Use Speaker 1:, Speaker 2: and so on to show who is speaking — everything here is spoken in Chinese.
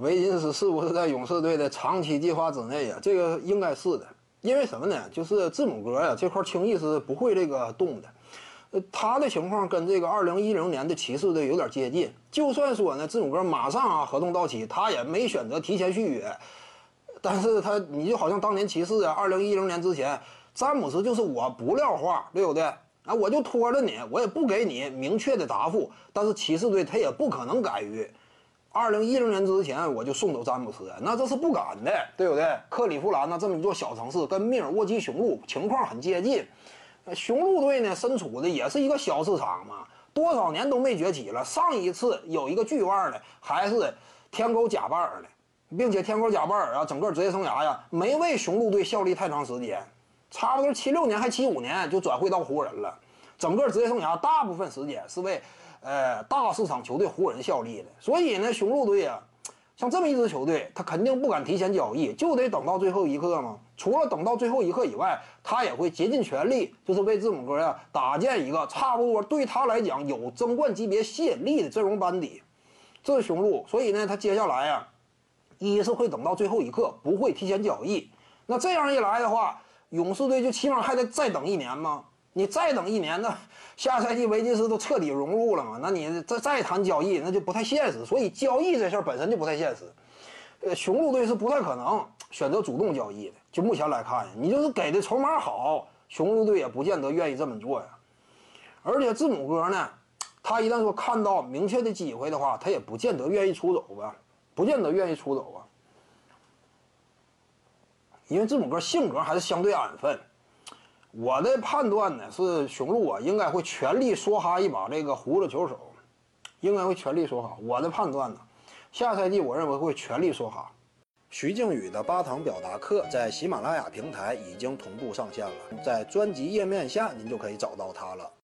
Speaker 1: 维金斯是不是在勇士队的长期计划之内呀？这个应该是的，因为什么呢？就是字母哥呀这块轻易是不会这个动的。他的情况跟这个2010年的骑士队有点接近。就算说呢，字母哥马上合同到期，他也没选择提前续约。但是你就好像当年骑士啊，2010年之前，詹姆斯就是我不撂话，对不对？啊，我就拖着你，我也不给你明确的答复。但是骑士队他也不可能改于2010年之前我就送走詹姆斯，那这是不敢的，对不对？克利夫兰呢这么一座小城市，跟密尔沃基雄鹿情况很接近。雄鹿队呢身处的也是一个小市场嘛，多少年都没崛起了。上一次有一个巨腕的还是天狗贾巴尔呢，并且天狗贾巴尔啊，整个职业生涯呀没为雄鹿队效力太长时间，差不多76年还75年就转会到湖人了。整个职业生涯大部分时间是为大市场球队湖人效力的。所以呢，雄鹿队啊，像这么一支球队，他肯定不敢提前交易，就得等到最后一刻嘛。除了等到最后一刻以外，他也会竭尽全力，就是为字母哥呀搭建一个差不多对他来讲有争冠级别吸引力的阵容班底。这是雄鹿，所以呢，他接下来呀，一是会等到最后一刻，不会提前交易。那这样一来的话，勇士队就起码还得再等一年吗？你再等一年，那下赛季维金斯都彻底融入了嘛？那你再谈交易，那就不太现实。所以交易这事儿本身就不太现实。雄鹿队是不太可能选择主动交易的。就目前来看，你就是给的筹码好，雄鹿队也不见得愿意这么做呀。而且字母哥呢，他一旦说看到明确的机会的话，他也不见得愿意出走吧，不见得愿意出走啊。因为字母哥性格还是相对安分。我的判断呢是，雄鹿啊应该会全力梭哈一把这个胡子球手，应该会全力梭哈。我的判断呢，下赛季我认为会全力梭哈。
Speaker 2: 徐静宇的8堂表达课在喜马拉雅平台已经同步上线了，在专辑页面下您就可以找到它了。